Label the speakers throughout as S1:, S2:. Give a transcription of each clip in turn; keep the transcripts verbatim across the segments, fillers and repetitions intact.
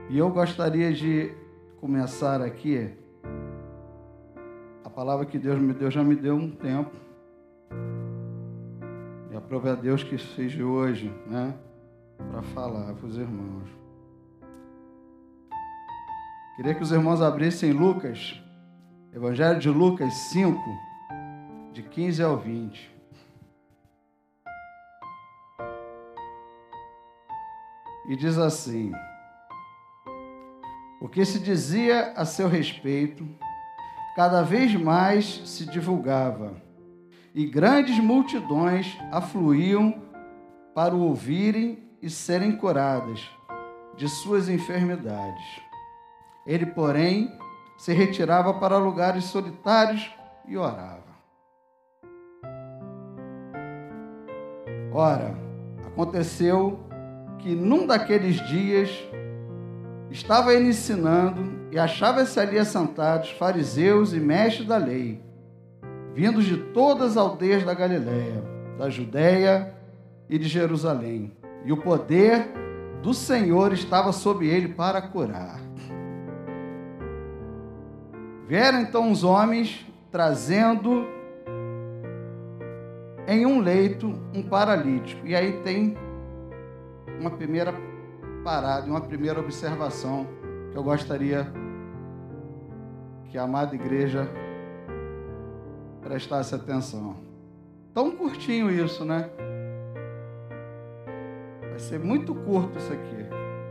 S1: E eu gostaria de começar aqui, a palavra que Deus me deu já me deu um tempo, e aprove a Deus que seja hoje, né, para falar para os irmãos. Queria que os irmãos abrissem Lucas, Evangelho de Lucas cinco, de quinze ao vinte. E diz assim: o que se dizia a seu respeito, cada vez mais se divulgava, e grandes multidões afluíam para o ouvirem e serem curadas de suas enfermidades. Ele, porém, se retirava para lugares solitários e orava. Ora, aconteceu que num daqueles dias estava ele ensinando e achava-se ali assentados fariseus e mestres da lei, vindos de todas as aldeias da Galiléia, da Judéia e de Jerusalém. E o poder do Senhor estava sobre ele para curar. Vieram então os homens trazendo em um leito um paralítico. E aí tem uma primeira parada, uma primeira observação que eu gostaria que a amada igreja prestasse atenção. Tão curtinho isso, né? Vai ser muito curto isso aqui.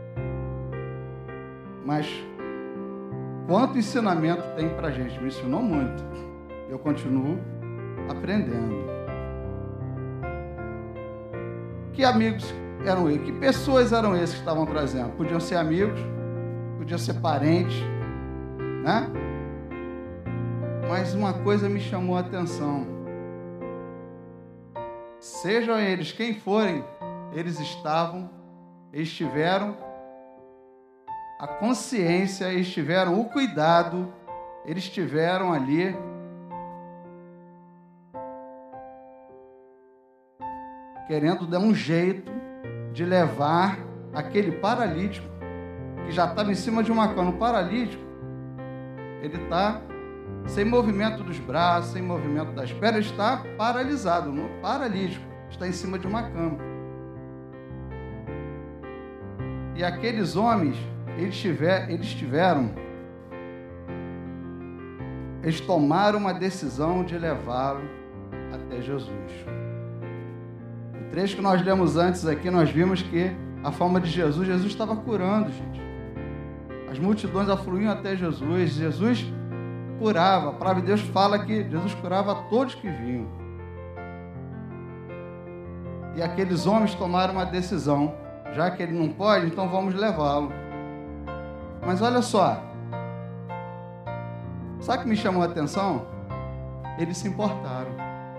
S1: Mas quanto ensinamento tem pra gente? Me ensinou muito. Eu continuo aprendendo. Que amigos eram eles? Que pessoas eram esses que estavam trazendo? Podiam ser amigos, podiam ser parentes, né? Mas uma coisa me chamou a atenção. Sejam eles quem forem, eles estavam, eles tiveram a consciência, eles tiveram o cuidado, eles tiveram ali querendo dar um jeito de levar aquele paralítico que já estava em cima de uma cama. O paralítico, ele está sem movimento dos braços, sem movimento das pernas, está paralisado, no paralítico, está em cima de uma cama. E aqueles homens, eles, tiver, eles tiveram, eles tomaram uma decisão de levá-lo até Jesus. O trecho que nós lemos antes aqui, nós vimos que a forma de Jesus, Jesus estava curando, gente. As multidões afluíam até Jesus, Jesus curava. A palavra de Deus fala que Jesus curava a todos que vinham. E aqueles homens tomaram uma decisão. Já que ele não pode, então vamos levá-lo. Mas olha só. Sabe o que me chamou a atenção? Eles se importaram.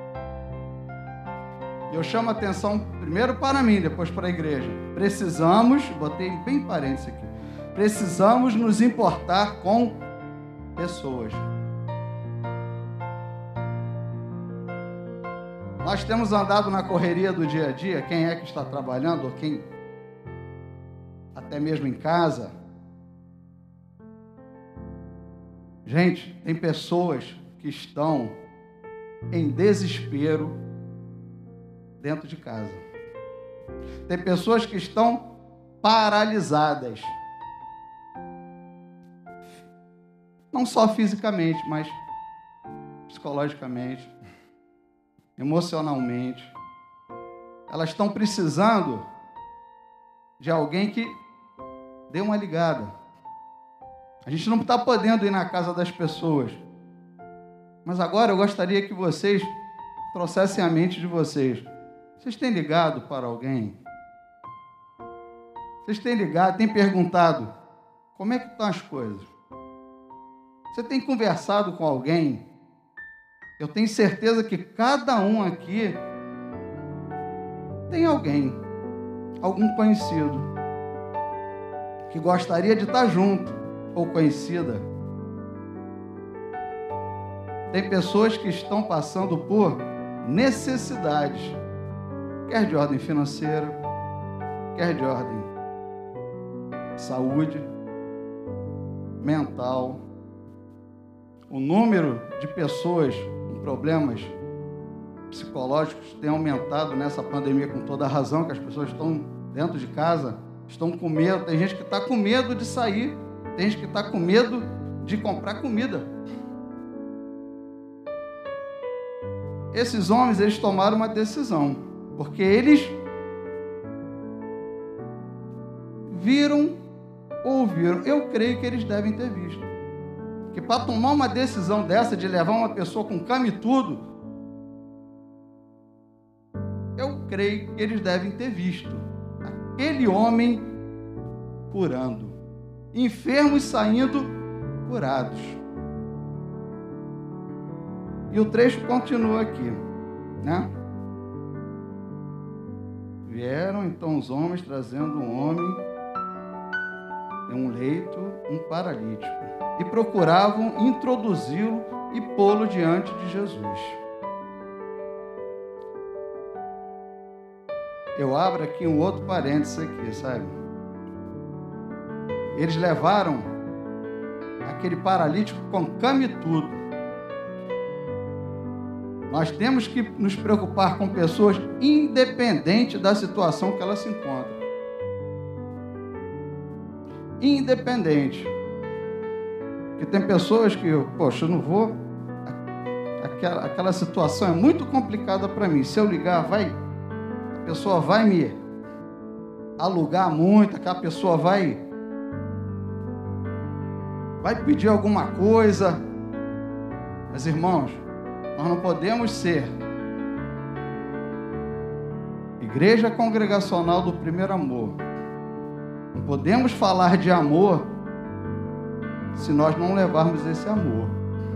S1: E eu chamo a atenção primeiro para mim, depois para a igreja. Precisamos, botei bem parênteses aqui, precisamos nos importar com pessoas. Nós temos andado na correria do dia a dia, quem é que está trabalhando, ou quem até mesmo em casa. Gente, tem pessoas que estão em desespero dentro de casa. Tem pessoas que estão paralisadas. Não só fisicamente, mas psicologicamente, emocionalmente. Elas estão precisando de alguém que dê uma ligada. A gente não está podendo ir na casa das pessoas. Mas agora eu gostaria que vocês trouxessem à mente de vocês. Vocês têm ligado para alguém? Vocês têm ligado, têm perguntado como é que estão as coisas? Você tem conversado com alguém? Eu tenho certeza que cada um aqui tem alguém, algum conhecido, que gostaria de estar junto, ou conhecida. Tem pessoas que estão passando por necessidades, quer de ordem financeira, quer de ordem de saúde, mental. O número de pessoas com problemas psicológicos tem aumentado nessa pandemia com toda a razão, que as pessoas estão dentro de casa, estão com medo. Tem gente que está com medo de sair, tem gente que está com medo de comprar comida. Esses homens, eles tomaram uma decisão, porque eles viram, ouviram. Eu creio que eles devem ter visto. Que para tomar uma decisão dessa, de levar uma pessoa com cama e tudo, eu creio que eles devem ter visto aquele homem curando, enfermos saindo curados. E o trecho continua aqui, né? Vieram então os homens trazendo um homem em um leito, um paralítico, e procuravam introduzi-lo e pô-lo diante de Jesus. Eu abro aqui um outro parênteses aqui, sabe? Eles levaram aquele paralítico com cama e tudo. Nós temos que nos preocupar com pessoas independente da situação que elas se encontram. Independente. Porque tem pessoas que, poxa, eu não vou... Aquela, aquela situação é muito complicada para mim. Se eu ligar, vai... A pessoa vai me alugar muito, aquela pessoa vai... Vai pedir alguma coisa. Mas, irmãos, nós não podemos ser igreja congregacional do primeiro amor. Não podemos falar de amor se nós não levarmos esse amor.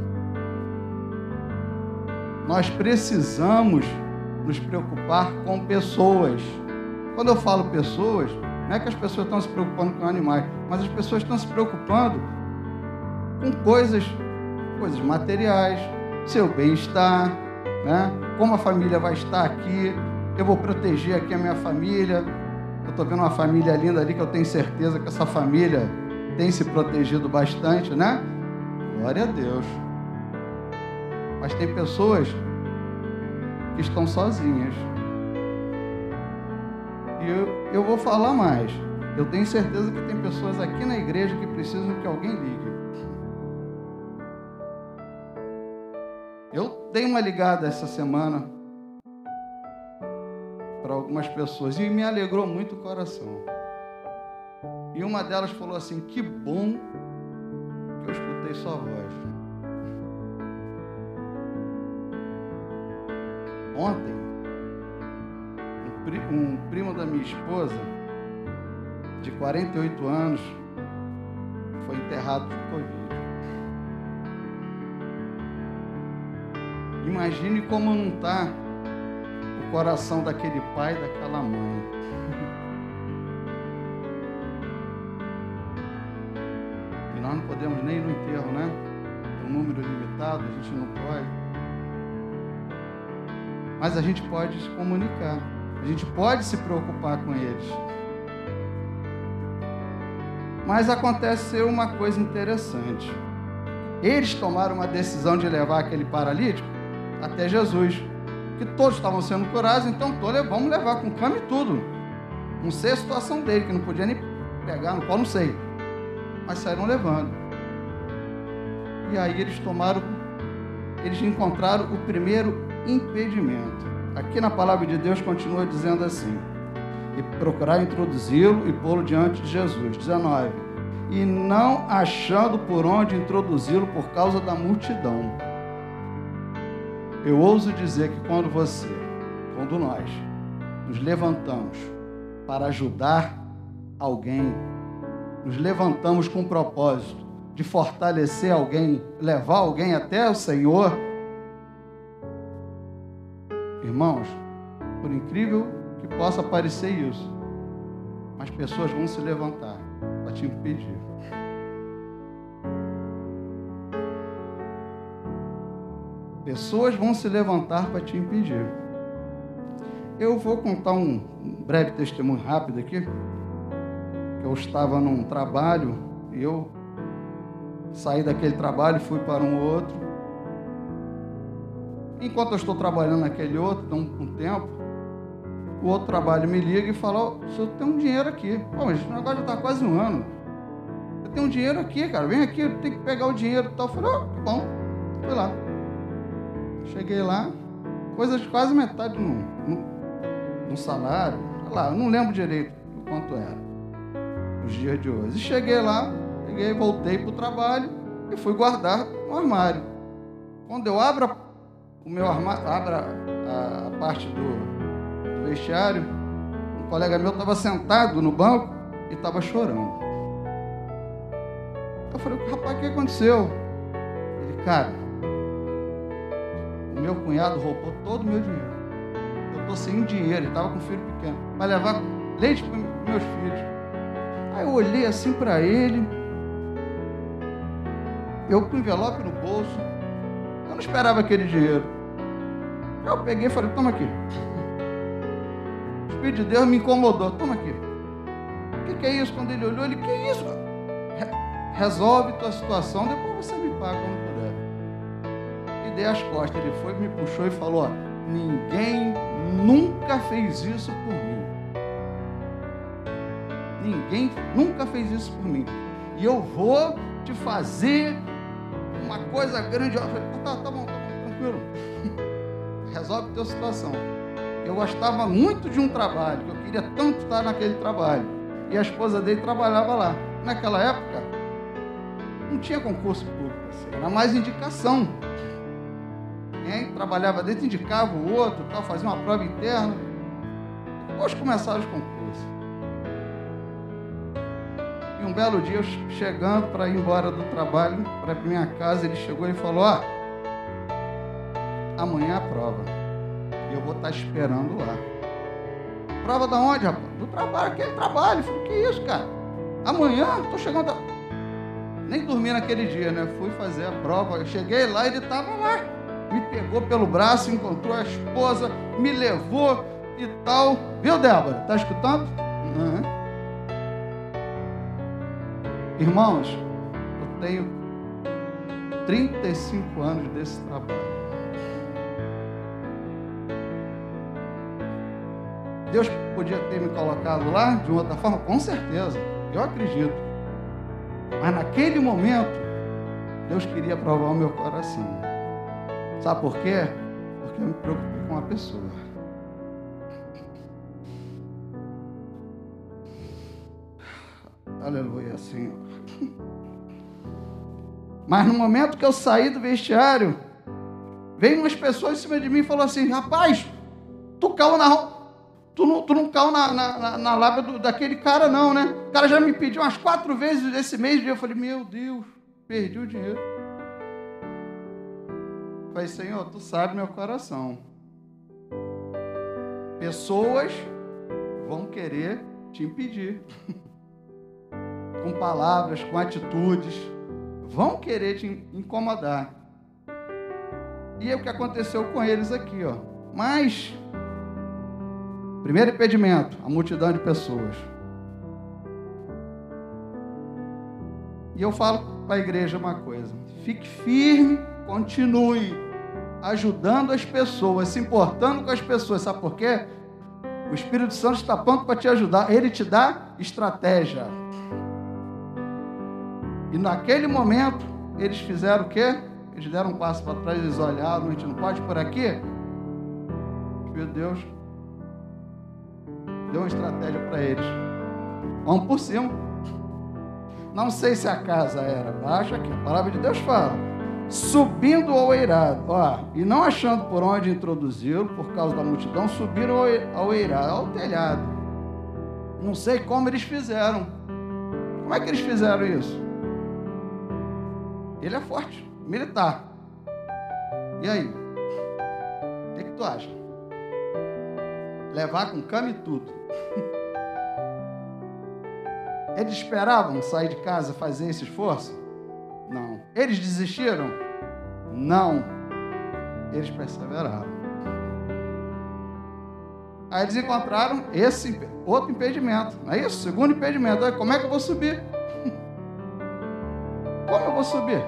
S1: Nós precisamos nos preocupar com pessoas. Quando eu falo pessoas, não é que as pessoas estão se preocupando com animais, mas as pessoas estão se preocupando com coisas, coisas materiais, seu bem-estar, né? Como a família vai estar aqui, eu vou proteger aqui a minha família. Eu estou vendo uma família linda ali que eu tenho certeza que essa família tem se protegido bastante, né? Glória a Deus. Mas tem pessoas que estão sozinhas. E eu, eu vou falar mais. Eu tenho certeza que tem pessoas aqui na igreja que precisam que alguém ligue. Eu dei uma ligada essa semana para algumas pessoas e me alegrou muito o coração. E uma delas falou assim: que bom que eu escutei sua voz. Ontem, um, pri- um primo da minha esposa, de quarenta e oito anos, foi enterrado de Covid. Imagine como não está o coração daquele pai e daquela mãe. E nós não podemos nem ir no enterro, né? É um número limitado, a gente não pode. Mas a gente pode se comunicar. A gente pode se preocupar com eles. Mas acontece uma coisa interessante. Eles tomaram uma decisão de levar aquele paralítico até Jesus, que todos estavam sendo curados, então todos, vamos levar com cama e tudo. Não sei a situação dele, que não podia nem pegar no pau, não sei, mas saíram levando. E aí eles tomaram, eles encontraram o primeiro impedimento. Aqui na palavra de Deus continua dizendo assim: e procurar introduzi-lo e pô-lo diante de Jesus. dezenove. E não achando por onde introduzi-lo por causa da multidão. Eu ouso dizer que quando você, quando nós nos levantamos para ajudar alguém, nos levantamos com o propósito de fortalecer alguém, levar alguém até o Senhor, irmãos, por incrível que possa parecer isso, mas pessoas vão se levantar para te impedir. Pessoas vão se levantar para te impedir. Eu vou contar um breve testemunho rápido aqui. Eu estava num trabalho e eu saí daquele trabalho e fui para um outro. Enquanto eu estou trabalhando naquele outro, dá um, um tempo, o outro trabalho me liga e fala: oh, o senhor tem um dinheiro aqui. Pô, mas o negócio já está quase um ano. Eu tenho um dinheiro aqui, cara, vem aqui, eu tenho que pegar o dinheiro e tal. Eu falei: ó, oh, que bom. Fui lá. Cheguei lá, coisa de quase metade no, no, no salário. Sei lá, eu não lembro direito o quanto era os dias de hoje. E cheguei lá, peguei, voltei para o trabalho e fui guardar no armário. Quando eu abro a, o meu armário, abro a, a, a parte do, do vestiário, um colega meu estava sentado no banco e estava chorando. Eu falei: rapaz, o que aconteceu? Ele: cara, o meu cunhado roubou todo o meu dinheiro. Eu estou sem dinheiro, ele estava com um filho pequeno, para levar leite para meus filhos. Aí eu olhei assim para ele, eu com o envelope no bolso, eu não esperava aquele dinheiro. Eu peguei e falei: toma aqui. O Espírito de Deus me incomodou: toma aqui. O que, que é isso? Quando ele olhou, ele: que é isso? Resolve tua situação, depois você me paga quando puder. E dei as costas. Ele foi, me puxou e falou: ó, ninguém nunca fez isso por mim. Ninguém nunca fez isso por mim. E eu vou te fazer uma coisa grandiosa. Eu falei: tá, tá bom, tá bom, tranquilo. Resolve a tua situação. Eu gostava muito de um trabalho, que eu queria tanto estar naquele trabalho. E a esposa dele trabalhava lá. Naquela época, não tinha concurso público, assim, era mais indicação. Quem trabalhava dentro indicava o outro, tal, fazia uma prova interna. Depois começaram os concursos. E um belo dia, eu chegando para ir embora do trabalho, para minha casa, ele chegou e falou: ó, amanhã é a prova. E eu vou estar esperando lá. Prova da onde, rapaz? Do trabalho, aquele trabalho. Eu falei: que isso, cara? Amanhã? Estou chegando. Nem dormi naquele dia, né? Fui fazer a prova. Eu cheguei lá e ele estava lá. Me pegou pelo braço, encontrou a esposa, me levou e tal. Viu, Débora? Tá escutando? Uhum. Irmãos, eu tenho trinta e cinco anos desse trabalho. Deus podia ter me colocado lá de outra forma? Com certeza, eu acredito. Mas naquele momento, Deus queria provar o meu coração. Sabe por quê? Porque eu me preocupei com a pessoa. Aleluia, Senhor. Mas no momento que eu saí do vestiário, veio umas pessoas em cima de mim e falou assim: rapaz, tu caiu na... Tu não, tu não caiu na, na, na, na lábia do, daquele cara não, né? O cara já me pediu umas quatro vezes esse mês. E eu falei: meu Deus, perdi o dinheiro. Eu falei: Senhor, tu sabe meu coração. Pessoas vão querer te impedir. Com palavras, com atitudes. Vão querer te incomodar. E é o que aconteceu com eles aqui, ó. Mas... primeiro impedimento, a multidão de pessoas. E eu falo para a igreja uma coisa: fique firme, continue ajudando as pessoas, se importando com as pessoas. Sabe por quê? O Espírito Santo está pronto para te ajudar. Ele te dá estratégia. E naquele momento, eles fizeram o quê? Eles deram um passo para trás, eles olharam: a gente não pode ir por aqui? Meu Deus, deu uma estratégia para eles. Vamos por cima. Não sei se a casa era baixa, que a palavra de Deus fala. Subindo ao eirado, ó, e não achando por onde introduzi-lo, por causa da multidão, subiram ao eirado, ao telhado. Não sei como eles fizeram. Como é que eles fizeram isso? Ele é forte, militar. E aí? O que, que tu acha? Levar com cama e tudo. Eles esperavam sair de casa, fazer esse esforço? Não. Eles desistiram? Não. Eles perseveraram. Aí eles encontraram esse outro impedimento. Não é isso? Segundo impedimento. Como é que eu vou subir? Como eu vou vou subir.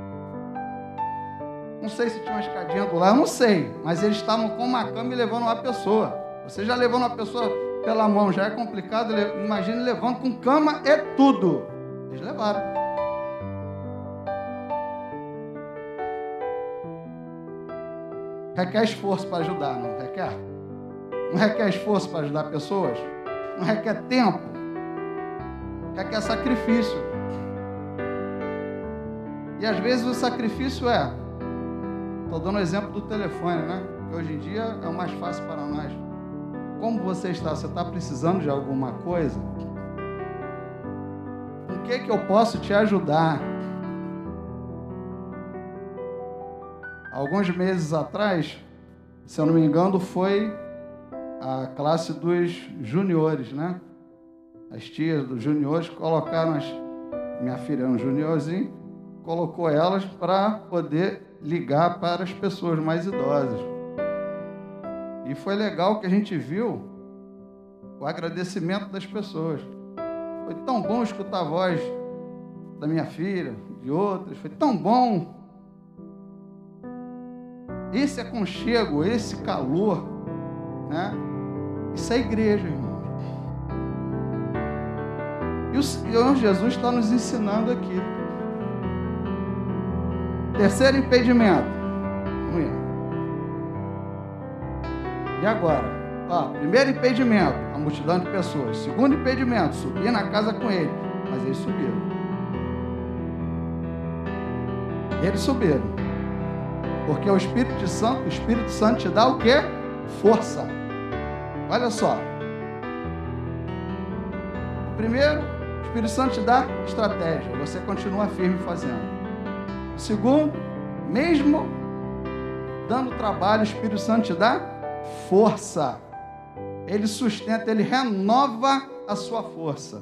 S1: Não sei se tinha uma escadinha do lado, não sei. Mas eles estavam com uma cama e levando uma pessoa. Você já levando uma pessoa pela mão, já é complicado. Imagine levando com cama e tudo. Eles levaram. Requer esforço para ajudar, não requer? Não requer esforço para ajudar pessoas? Não requer tempo? Requer sacrifício. E às vezes o sacrifício é... Estou dando o exemplo do telefone, né? Que hoje em dia é o mais fácil para nós. Como você está? Você está precisando de alguma coisa? Com que que eu posso te ajudar? Alguns meses atrás, se eu não me engano, foi a classe dos juniores, né? As tias dos juniores colocaram as... Minha filha é um juniorzinho, colocou elas para poder ligar para as pessoas mais idosas. E foi legal que a gente viu o agradecimento das pessoas. Foi tão bom escutar a voz da minha filha, de outras, foi tão bom. Esse aconchego, esse calor, né? Isso é igreja, irmão. E o Senhor Jesus está nos ensinando aqui. Terceiro impedimento. E agora? Ó, primeiro impedimento, a multidão de pessoas. Segundo impedimento, subir na casa com ele. Mas eles subiram. Eles subiram. Porque o Espírito Santo, o Espírito Santo te dá o quê? Força. Olha só. Primeiro, o Espírito Santo te dá estratégia. Você continua firme fazendo. Segundo, mesmo dando trabalho, o Espírito Santo te dá força. Ele sustenta, ele renova a sua força.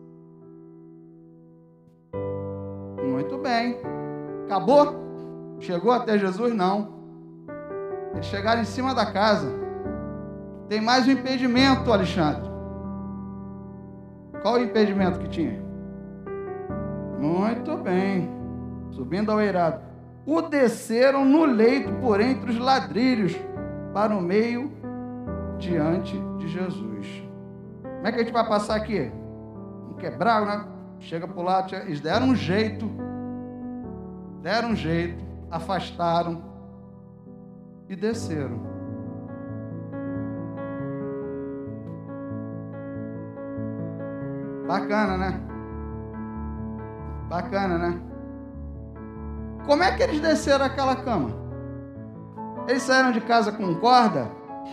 S1: Muito bem. Acabou? Chegou até Jesus? Não. Eles chegaram em cima da casa. Tem mais um impedimento, Alexandre. Qual o impedimento que tinha? Muito bem. Subindo ao eirado. O desceram no leito por entre os ladrilhos para o meio diante de Jesus. Como é que a gente vai passar aqui? Um quebrado, né? Chega por lá, eles deram um jeito. Deram um jeito. Afastaram e desceram. Bacana, né? Bacana, né? Como é que eles desceram aquela cama? Eles saíram de casa com corda?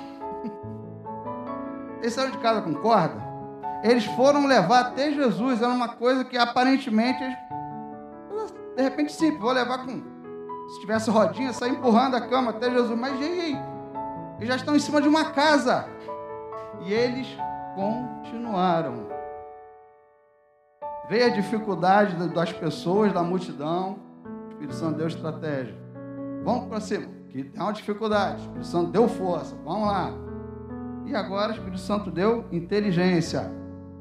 S1: Eles saíram de casa com corda? Eles foram levar até Jesus. Era uma coisa que aparentemente, de repente simples, vou levar com... Se tivesse rodinha, sair empurrando a cama até Jesus. Mas e aí? Eles já estão em cima de uma casa. E eles continuaram. Veio a dificuldade das pessoas, da multidão. O Espírito Santo deu estratégia. Vamos para cima. Que tem uma dificuldade. O Espírito Santo deu força. Vamos lá. E agora o Espírito Santo deu inteligência.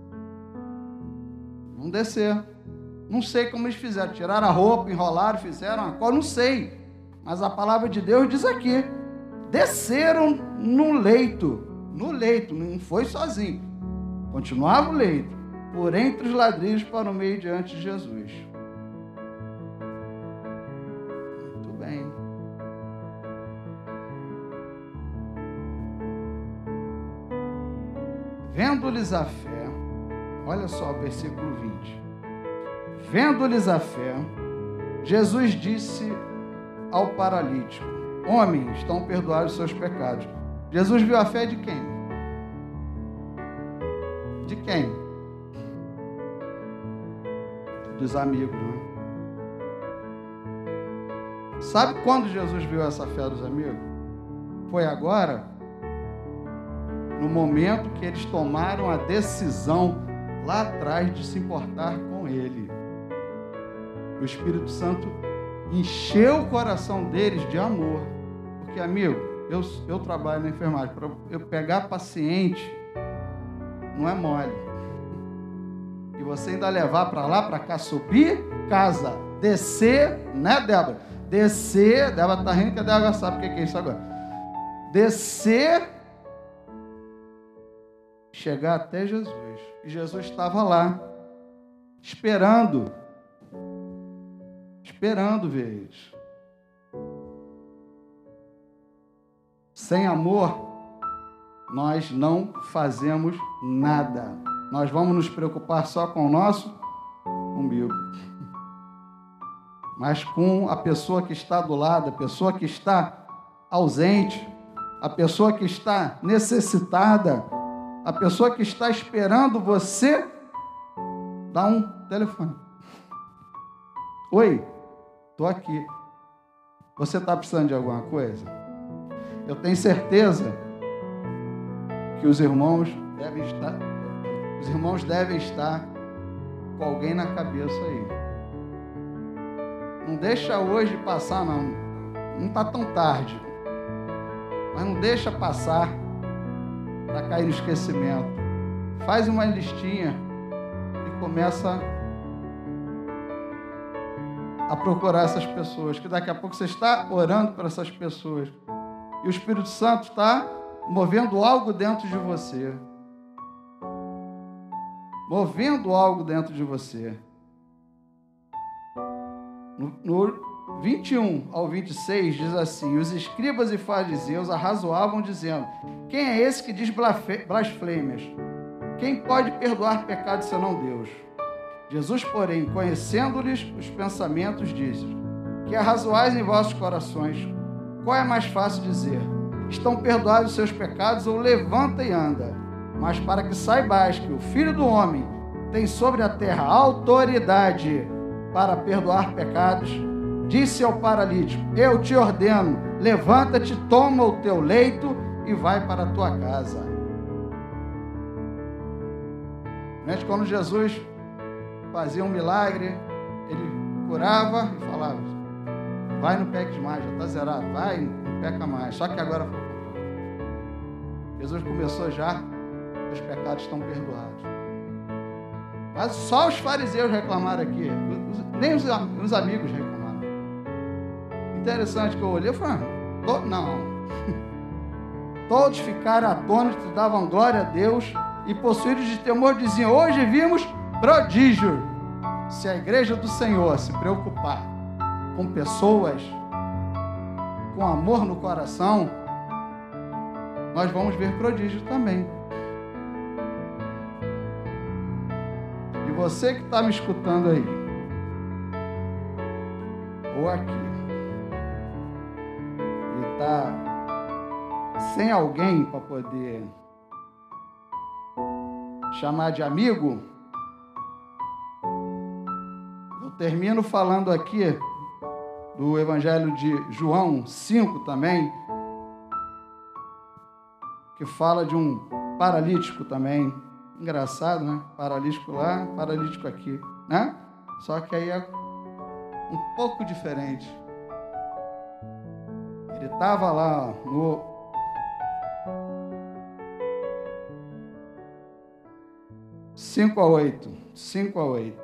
S1: Vamos descer. Não sei como eles fizeram. Tiraram a roupa, enrolaram, fizeram a cola. Não sei. Mas a palavra de Deus diz aqui. Desceram no leito. No leito. Não foi sozinho. Continuava o leito. Por entre os ladrilhos para o meio diante de Jesus. Muito bem. Vendo-lhes a fé. Olha só o versículo vinte. Vendo-lhes a fé, Jesus disse ao paralítico: homem, estão perdoados os seus pecados. Jesus viu a fé de quem? De quem? Dos amigos, né? Sabe quando Jesus viu essa fé dos amigos? Foi agora, no momento que eles tomaram a decisão lá atrás de se importar com ele. O Espírito Santo encheu o coração deles de amor. Porque, amigo, eu, eu trabalho na enfermagem. Para eu pegar paciente, não é mole. E você ainda levar para lá, para cá, subir casa, descer, né, Débora? Descer, Débora está rindo que a Débora sabe o que é isso agora. Descer, chegar até Jesus. E Jesus estava lá, esperando, esperando ver eles. Sem amor, nós não fazemos nada. Nós vamos nos preocupar só com o nosso umbigo. Mas com a pessoa que está do lado, a pessoa que está ausente, a pessoa que está necessitada, a pessoa que está esperando você, dá um telefone. Oi, estou aqui. Você está precisando de alguma coisa? Eu tenho certeza que os irmãos devem estar, os irmãos devem estar com alguém na cabeça aí. Não deixa hoje passar, não. Não está tão tarde. Mas não deixa passar para cair no esquecimento. Faz uma listinha e começa a procurar essas pessoas, que daqui a pouco você está orando por essas pessoas. E o Espírito Santo está movendo algo dentro de você. Movendo algo dentro de você. No, no vinte e um ao vinte e seis diz assim: os escribas e fariseus arrazoavam dizendo: quem é esse que diz blasfêmias? Quem pode perdoar pecados senão Deus? Jesus, porém, conhecendo-lhes os pensamentos, disse: que arrazoais em vossos corações? Qual é mais fácil dizer? Estão perdoados os seus pecados, ou levanta e anda? Mas para que saibais que o Filho do Homem tem sobre a terra autoridade para perdoar pecados, disse ao paralítico: eu te ordeno, levanta-te, toma o teu leito e vai para a tua casa. Quando Jesus fazia um milagre, ele curava e falava: vai, não peque mais, já está zerado, vai, não peca mais. Só que agora Jesus começou já, os pecados estão perdoados. Mas só os fariseus reclamaram aqui, nem os, os amigos reclamaram. Interessante que eu olhei e falei: to, não. Todos ficaram atônitos, davam glória a Deus e, possuídos de temor, diziam: hoje vimos prodígio. Se a igreja do Senhor se preocupar com pessoas, com amor no coração, nós vamos ver prodígio também. E você que está me escutando aí, ou aqui, e está sem alguém para poder chamar de amigo, eu termino falando aqui do Evangelho de João cinco também, que fala de um paralítico também. Engraçado, né? Paralítico lá, paralítico aqui, né? Só que aí é um pouco diferente. Ele estava lá no cinco a oito. cinco a oito.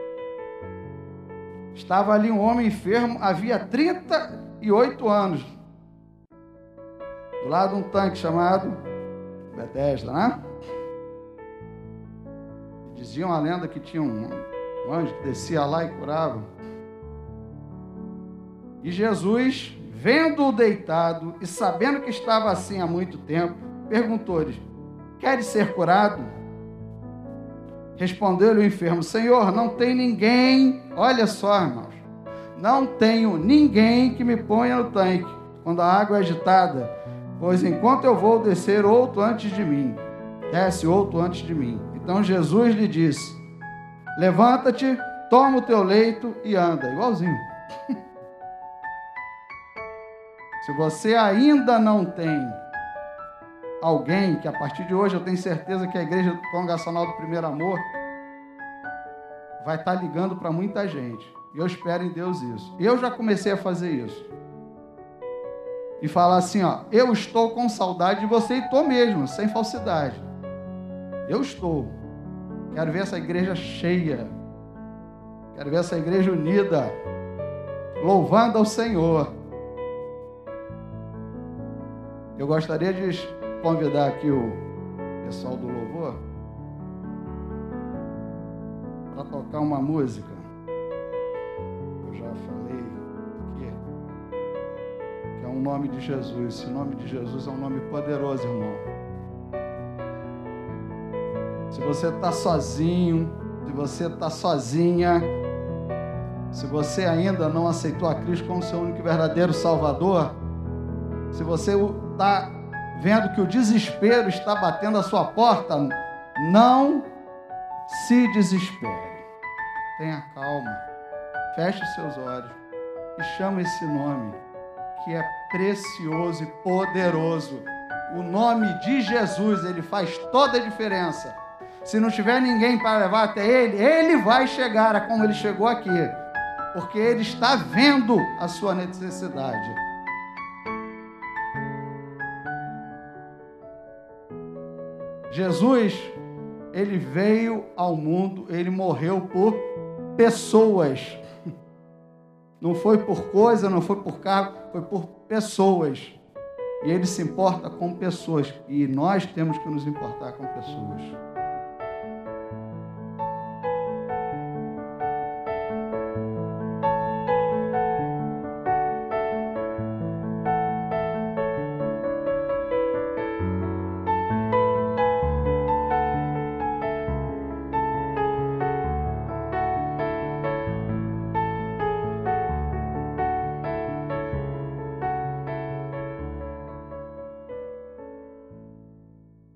S1: Estava ali um homem enfermo, havia trinta e oito anos. Do lado de um tanque chamado Betesda, né? Diziam a lenda que tinha um anjo que descia lá e curava. E Jesus, vendo-o deitado e sabendo que estava assim há muito tempo, perguntou-lhe: queres ser curado? Respondeu-lhe o enfermo: Senhor, não tem ninguém, olha só, irmãos, não tenho ninguém que me ponha no tanque quando a água é agitada, pois enquanto eu vou descer, outro antes de mim, desce outro antes de mim. Então Jesus lhe disse: levanta-te, toma o teu leito e anda. Igualzinho. Se você ainda não tem alguém, que a partir de hoje eu tenho certeza que a Igreja Congregacional do Primeiro Amor vai estar ligando para muita gente. E eu espero em Deus isso. Eu já comecei a fazer isso. E falar assim, ó, eu estou com saudade de você, e estou mesmo, sem falsidade. Eu estou. Quero ver essa igreja cheia. Quero ver essa igreja unida, louvando ao Senhor. Eu gostaria de convidar aqui o pessoal do louvor para tocar uma música. Eu já falei aqui, que é o nome de Jesus. Esse nome de Jesus é um nome poderoso, irmão. Se você está sozinho, se você está sozinha, se você ainda não aceitou a Cristo como seu único e verdadeiro Salvador, se você está vendo que o desespero está batendo a sua porta, não se desespere. Tenha calma. Feche os seus olhos e chame esse nome, que é precioso e poderoso. O nome de Jesus, ele faz toda a diferença. Se não tiver ninguém para levar até ele, ele vai chegar a como ele chegou aqui, porque ele está vendo a sua necessidade. Jesus, ele veio ao mundo, ele morreu por pessoas. Não foi por coisa, não foi por cargo, foi por pessoas. E ele se importa com pessoas. E nós temos que nos importar com pessoas.